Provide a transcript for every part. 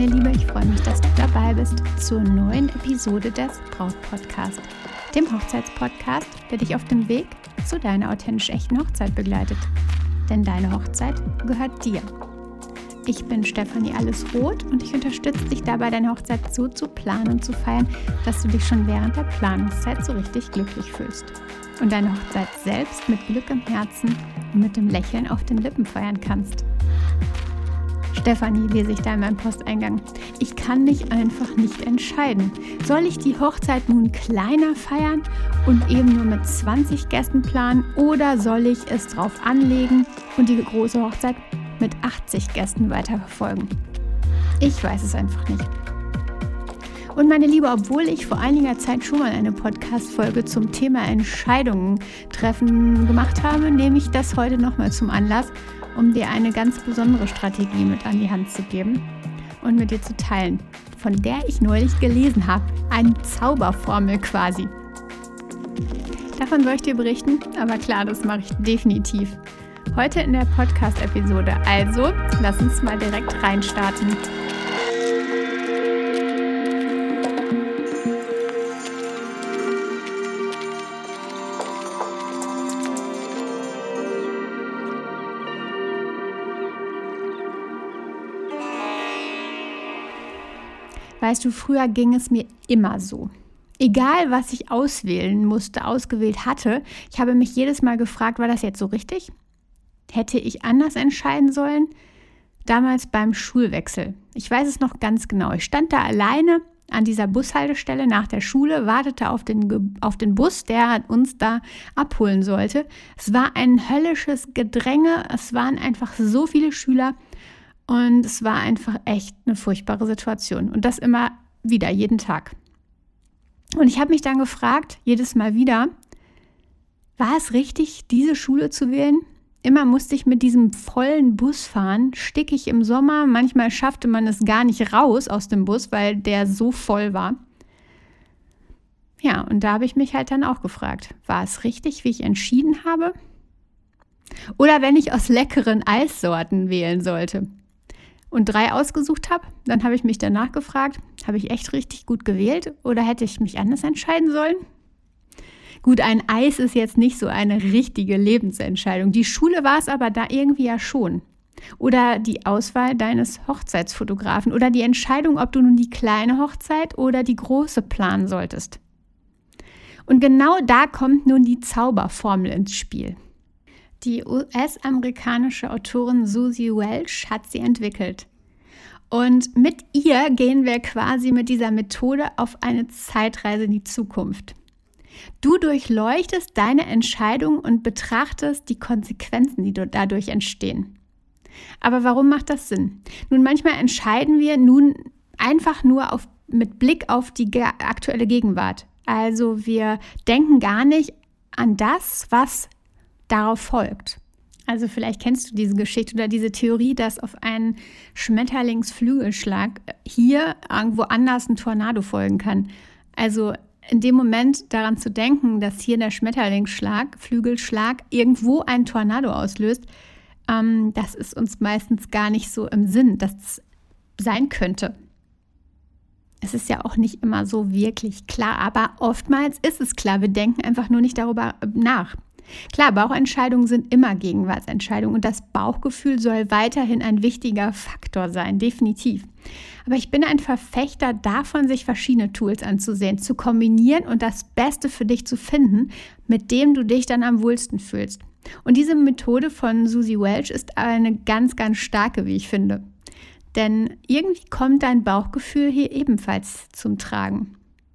meine Liebe, ich freue mich, dass du dabei bist zur neuen Episode des Braut-Podcast, dem Hochzeitspodcast, der dich auf dem Weg zu deiner authentisch echten Hochzeit begleitet. Denn deine Hochzeit gehört dir. Ich bin Stefanie Allesroth und ich unterstütze dich dabei, deine Hochzeit so zu planen und zu feiern, dass du dich schon während der Planungszeit so richtig glücklich fühlst. Und deine Hochzeit selbst mit Glück im Herzen und mit dem Lächeln auf den Lippen feiern kannst. Stefanie, lese ich da in meinem Posteingang. Ich kann mich einfach nicht entscheiden. Soll ich die Hochzeit nun kleiner feiern und eben nur mit 20 Gästen planen oder soll ich es drauf anlegen und die große Hochzeit mit 80 Gästen weiterverfolgen? Ich weiß es einfach nicht. Und meine Liebe, obwohl ich vor einiger Zeit schon mal eine Podcast-Folge zum Thema Entscheidungen treffen gemacht habe, nehme ich das heute nochmal zum Anlass, um dir eine ganz besondere Strategie mit an die Hand zu geben und mit dir zu teilen, von der ich neulich gelesen habe. Eine Zauberformel quasi. Davon soll ich dir berichten, aber klar, das mache ich definitiv heute in der Podcast-Episode. Also, lass uns mal direkt reinstarten. Weißt du, früher ging es mir immer so. Egal, was ich ausgewählt hatte, ich habe mich jedes Mal gefragt, war das jetzt so richtig? Hätte ich anders entscheiden sollen? Damals beim Schulwechsel. Ich weiß es noch ganz genau. Ich stand da alleine an dieser Bushaltestelle nach der Schule, wartete auf den Bus, der uns da abholen sollte. Es war ein höllisches Gedränge. Es waren einfach so viele Schüler. Und es war einfach echt eine furchtbare Situation. Und das immer wieder, jeden Tag. Und ich habe mich dann gefragt, jedes Mal wieder, war es richtig, diese Schule zu wählen? Immer musste ich mit diesem vollen Bus fahren, stickig im Sommer. Manchmal schaffte man es gar nicht raus aus dem Bus, weil der so voll war. Ja, und da habe ich mich halt dann auch gefragt, war es richtig, wie ich entschieden habe? Oder wenn ich aus leckeren Eissorten wählen sollte und 3 ausgesucht habe, dann habe ich mich danach gefragt, habe ich echt richtig gut gewählt oder hätte ich mich anders entscheiden sollen? Gut, ein Eis ist jetzt nicht so eine richtige Lebensentscheidung. Die Schule war es aber da irgendwie ja schon. Oder die Auswahl deines Hochzeitsfotografen oder die Entscheidung, ob du nun die kleine Hochzeit oder die große planen solltest. Und genau da kommt nun die Zauberformel ins Spiel. Die US-amerikanische Autorin Susie Welch hat sie entwickelt. Und mit ihr gehen wir quasi mit dieser Methode auf eine Zeitreise in die Zukunft. Du durchleuchtest deine Entscheidung und betrachtest die Konsequenzen, die dadurch entstehen. Aber warum macht das Sinn? Nun, manchmal entscheiden wir nun einfach nur mit Blick auf die aktuelle Gegenwart. Also wir denken gar nicht an das, was darauf folgt. Also vielleicht kennst du diese Geschichte oder diese Theorie, dass auf einen Schmetterlingsflügelschlag hier irgendwo anders ein Tornado folgen kann. Also in dem Moment daran zu denken, dass hier der Flügelschlag irgendwo ein Tornado auslöst, das ist uns meistens gar nicht so im Sinn, dass es sein könnte. Es ist ja auch nicht immer so wirklich klar, aber oftmals ist es klar. Wir denken einfach nur nicht darüber nach. Klar, Bauchentscheidungen sind immer Gegenwartsentscheidungen und das Bauchgefühl soll weiterhin ein wichtiger Faktor sein, definitiv. Aber ich bin ein Verfechter davon, sich verschiedene Tools anzusehen, zu kombinieren und das Beste für dich zu finden, mit dem du dich dann am wohlsten fühlst. Und diese Methode von Susie Welch ist eine ganz, ganz starke, wie ich finde. Denn irgendwie kommt dein Bauchgefühl hier ebenfalls zum Tragen.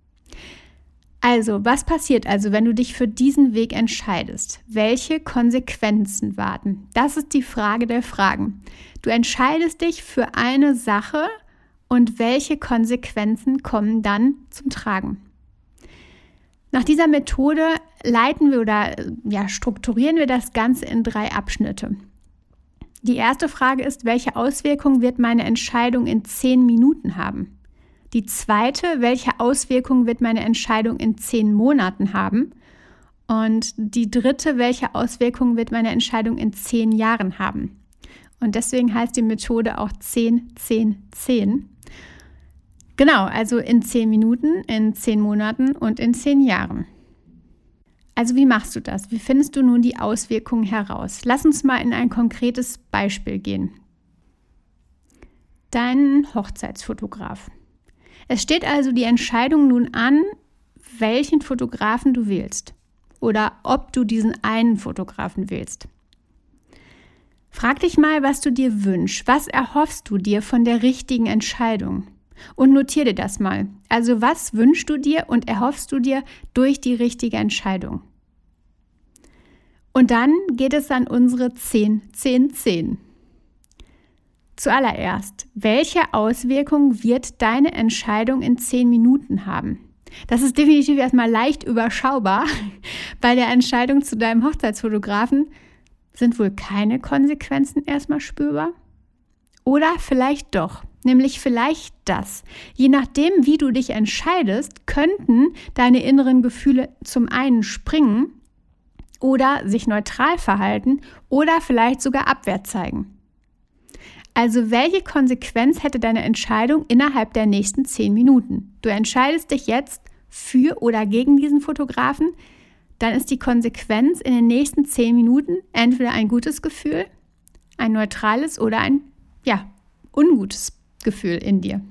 Also, was passiert also, wenn du dich für diesen Weg entscheidest? Welche Konsequenzen warten? Das ist die Frage der Fragen. Du entscheidest dich für eine Sache und welche Konsequenzen kommen dann zum Tragen? Nach dieser Methode strukturieren wir das Ganze in 3 Abschnitte. Die erste Frage ist, welche Auswirkungen wird meine Entscheidung in 10 Minuten haben? Die zweite, welche Auswirkungen wird meine Entscheidung in 10 Monaten haben? Und die dritte, welche Auswirkungen wird meine Entscheidung in 10 Jahren haben? Und deswegen heißt die Methode auch 10, 10, 10. Genau, also in 10 Minuten, in 10 Monaten und in 10 Jahren. Also wie machst du das? Wie findest du nun die Auswirkungen heraus? Lass uns mal in ein konkretes Beispiel gehen. Dein Hochzeitsfotograf. Es steht also die Entscheidung nun an, welchen Fotografen du wählst oder ob du diesen einen Fotografen wählst. Frag dich mal, was du dir wünschst. Was erhoffst du dir von der richtigen Entscheidung? Und notiere dir das mal. Also was wünschst du dir und erhoffst du dir durch die richtige Entscheidung? Und dann geht es an unsere 10-10-10. Zuallererst, welche Auswirkungen wird deine Entscheidung in 10 Minuten haben? Das ist definitiv erstmal leicht überschaubar. Bei der Entscheidung zu deinem Hochzeitsfotografen sind wohl keine Konsequenzen erstmal spürbar. Oder vielleicht doch, nämlich vielleicht das. Je nachdem, wie du dich entscheidest, könnten deine inneren Gefühle zum einen springen oder sich neutral verhalten oder vielleicht sogar Abwehr zeigen. Also welche Konsequenz hätte deine Entscheidung innerhalb der nächsten 10 Minuten? Du entscheidest dich jetzt für oder gegen diesen Fotografen, dann ist die Konsequenz in den nächsten 10 Minuten entweder ein gutes Gefühl, ein neutrales oder ein ungutes Gefühl in dir.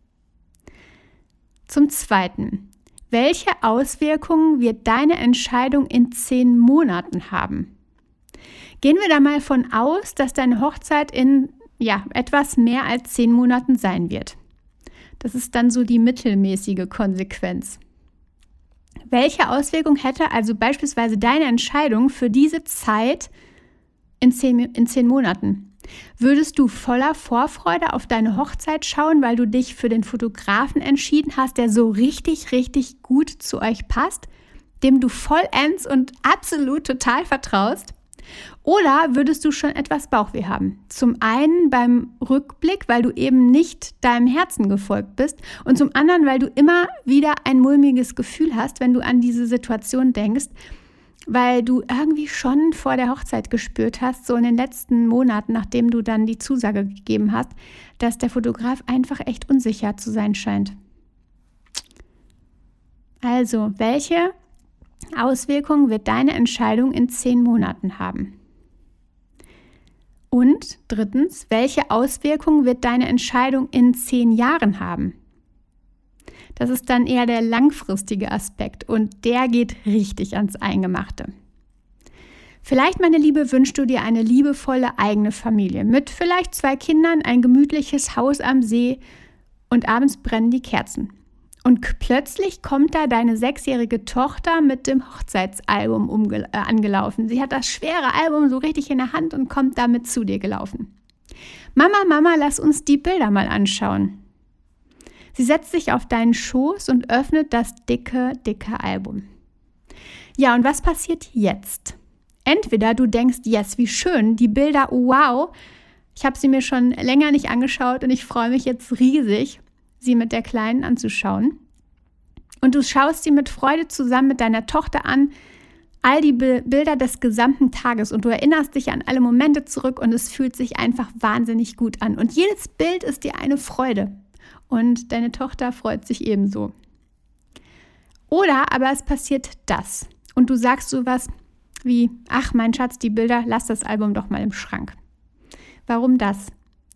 Zum Zweiten, welche Auswirkungen wird deine Entscheidung in 10 Monaten haben? Gehen wir da mal von aus, dass deine Hochzeit in etwas mehr als 10 Monaten sein wird. Das ist dann so die mittelmäßige Konsequenz. Welche Auswirkung hätte also beispielsweise deine Entscheidung für diese Zeit in 10 Monaten? Würdest du voller Vorfreude auf deine Hochzeit schauen, weil du dich für den Fotografen entschieden hast, der so richtig, richtig gut zu euch passt, dem du vollends und absolut total vertraust? Oder würdest du schon etwas Bauchweh haben? Zum einen beim Rückblick, weil du eben nicht deinem Herzen gefolgt bist und zum anderen, weil du immer wieder ein mulmiges Gefühl hast, wenn du an diese Situation denkst, weil du irgendwie schon vor der Hochzeit gespürt hast, so in den letzten Monaten, nachdem du dann die Zusage gegeben hast, dass der Fotograf einfach echt unsicher zu sein scheint. Also, welche Auswirkungen wird deine Entscheidung in 10 Monaten haben? Und drittens, welche Auswirkungen wird deine Entscheidung in 10 Jahren haben? Das ist dann eher der langfristige Aspekt und der geht richtig ans Eingemachte. Vielleicht, meine Liebe, wünschst du dir eine liebevolle eigene Familie mit vielleicht 2 Kindern, ein gemütliches Haus am See und abends brennen die Kerzen. Und plötzlich kommt da deine 6-jährige Tochter mit dem Hochzeitsalbum angelaufen. Sie hat das schwere Album so richtig in der Hand und kommt damit zu dir gelaufen. Mama, lass uns die Bilder mal anschauen. Sie setzt sich auf deinen Schoß und öffnet das dicke Album. Ja, und was passiert jetzt? Entweder du denkst, yes, wie schön, die Bilder, wow, ich habe sie mir schon länger nicht angeschaut und ich freue mich jetzt riesig, sie mit der Kleinen anzuschauen. Und du schaust sie mit Freude zusammen mit deiner Tochter an, all die Bilder des gesamten Tages und du erinnerst dich an alle Momente zurück und es fühlt sich einfach wahnsinnig gut an. Und jedes Bild ist dir eine Freude und deine Tochter freut sich ebenso. Oder aber es passiert das und du sagst sowas wie, ach mein Schatz, die Bilder, lass das Album doch mal im Schrank. Warum das?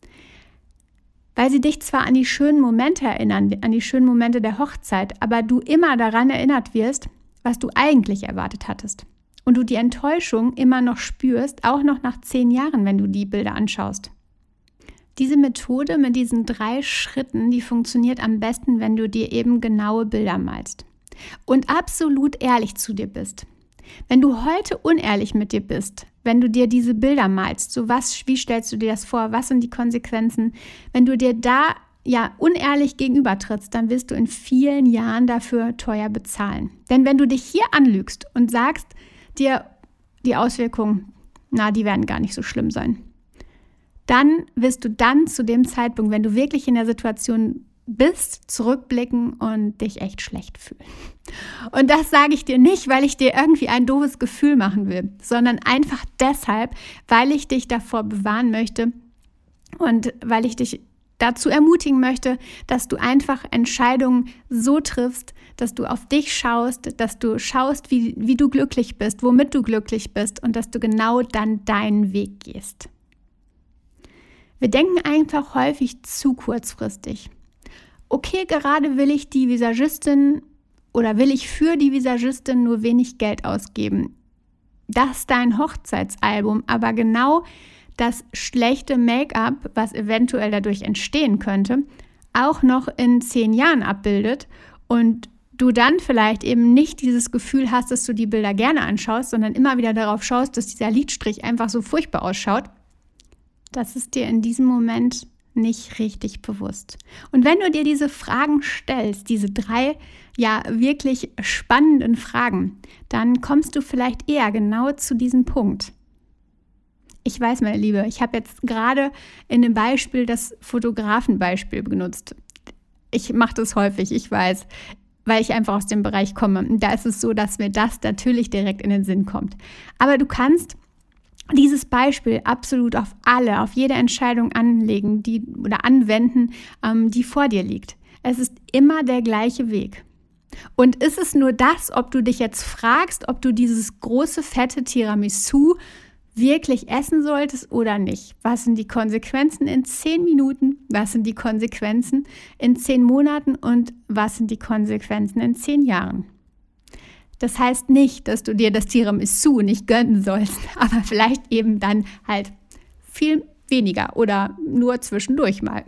Weil sie dich zwar an die schönen Momente erinnern, an die schönen Momente der Hochzeit, aber du immer daran erinnert wirst, was du eigentlich erwartet hattest. Und du die Enttäuschung immer noch spürst, auch noch nach 10 Jahren, wenn du die Bilder anschaust. Diese Methode mit diesen 3 Schritten, die funktioniert am besten, wenn du dir eben genaue Bilder malst. Und absolut ehrlich zu dir bist. Wenn du heute unehrlich mit dir bist, wenn du dir diese Bilder malst, wie stellst du dir das vor, was sind die Konsequenzen, wenn du dir da unehrlich gegenübertrittst, dann wirst du in vielen Jahren dafür teuer bezahlen. Denn wenn du dich hier anlügst und sagst dir, die Auswirkungen, die werden gar nicht so schlimm sein, dann wirst du dann zu dem Zeitpunkt, wenn du wirklich in der Situation bist, zurückblicken und dich echt schlecht fühlen. Und das sage ich dir nicht, weil ich dir irgendwie ein doofes Gefühl machen will, sondern einfach deshalb, weil ich dich davor bewahren möchte und weil ich dich dazu ermutigen möchte, dass du einfach Entscheidungen so triffst, dass du auf dich schaust, dass du schaust, wie du glücklich bist, womit du glücklich bist und dass du genau dann deinen Weg gehst. Wir denken einfach häufig zu kurzfristig. Okay, gerade will ich die Visagistin oder will ich für die Visagistin nur wenig Geld ausgeben. Das ist dein Hochzeitsalbum, aber genau das schlechte Make-up, was eventuell dadurch entstehen könnte, auch noch in 10 Jahren abbildet und du dann vielleicht eben nicht dieses Gefühl hast, dass du die Bilder gerne anschaust, sondern immer wieder darauf schaust, dass dieser Lidstrich einfach so furchtbar ausschaut, das ist dir in diesem Moment nicht richtig bewusst. Und wenn du dir diese Fragen stellst, diese 3 wirklich spannenden Fragen, dann kommst du vielleicht eher genau zu diesem Punkt. Ich weiß, meine Liebe, ich habe jetzt gerade in dem Beispiel das Fotografenbeispiel benutzt. Ich mache das häufig, ich weiß, weil ich einfach aus dem Bereich komme. Da ist es so, dass mir das natürlich direkt in den Sinn kommt. Aber du kannst dieses Beispiel absolut auf jede Entscheidung anwenden, die vor dir liegt. Es ist immer der gleiche Weg. Und ist es nur das, ob du dich jetzt fragst, ob du dieses große, fette Tiramisu wirklich essen solltest oder nicht? Was sind die Konsequenzen in 10 Minuten? Was sind die Konsequenzen in 10 Monaten? Und was sind die Konsequenzen in 10 Jahren? Das heißt nicht, dass du dir das Tiramisu nicht gönnen sollst, aber vielleicht eben dann halt viel weniger oder nur zwischendurch mal.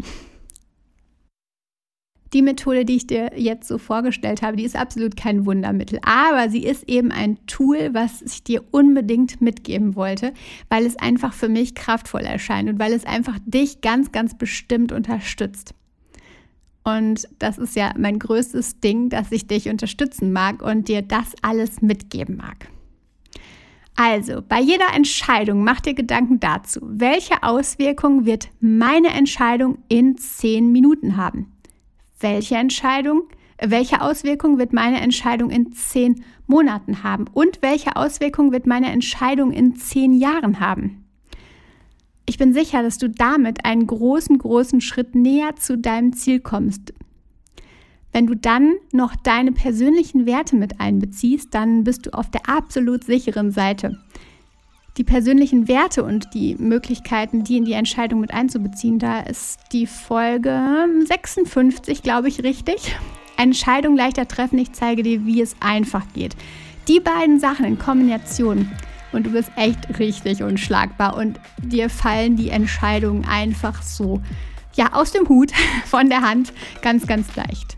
Die Methode, die ich dir jetzt so vorgestellt habe, die ist absolut kein Wundermittel, aber sie ist eben ein Tool, was ich dir unbedingt mitgeben wollte, weil es einfach für mich kraftvoll erscheint und weil es einfach dich ganz, ganz bestimmt unterstützt. Und das ist ja mein größtes Ding, dass ich dich unterstützen mag und dir das alles mitgeben mag. Also, bei jeder Entscheidung mach dir Gedanken dazu, welche Auswirkungen wird meine Entscheidung in 10 Minuten haben? Welche Auswirkungen wird meine Entscheidung in 10 Monaten haben? Und welche Auswirkungen wird meine Entscheidung in 10 Jahren haben? Ich bin sicher, dass du damit einen großen, großen Schritt näher zu deinem Ziel kommst. Wenn du dann noch deine persönlichen Werte mit einbeziehst, dann bist du auf der absolut sicheren Seite. Die persönlichen Werte und die Möglichkeiten, die in die Entscheidung mit einzubeziehen, da ist die Folge 56, glaube ich, richtig. Entscheidung leichter treffen, ich zeige dir, wie es einfach geht. Die beiden Sachen in Kombination und du bist echt richtig unschlagbar und dir fallen die Entscheidungen einfach so, aus dem Hut, von der Hand, ganz, ganz leicht.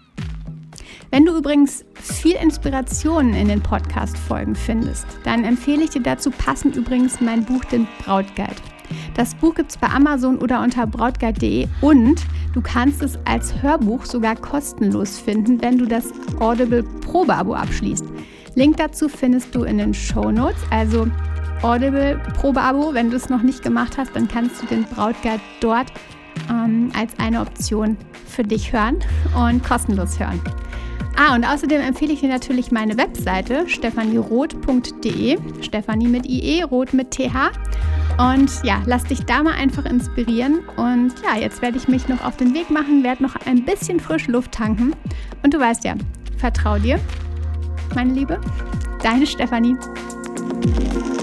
Wenn du übrigens viel Inspiration in den Podcast-Folgen findest, dann empfehle ich dir dazu passend übrigens mein Buch, den Brautguide. Das Buch gibt es bei Amazon oder unter brautguide.de und du kannst es als Hörbuch sogar kostenlos finden, wenn du das Audible Probeabo abschließt. Link dazu findest du in den Shownotes, also Audible Probeabo. Wenn du es noch nicht gemacht hast, dann kannst du den Brautguide dort als eine Option für dich hören und kostenlos hören. Und außerdem empfehle ich dir natürlich meine Webseite stephanieroth.de, Stephanie mit IE, Roth mit TH. Und lass dich da mal einfach inspirieren. Und jetzt werde ich mich noch auf den Weg machen, werde noch ein bisschen frische Luft tanken. Und du weißt ja, vertrau dir, meine Liebe, deine Stephanie.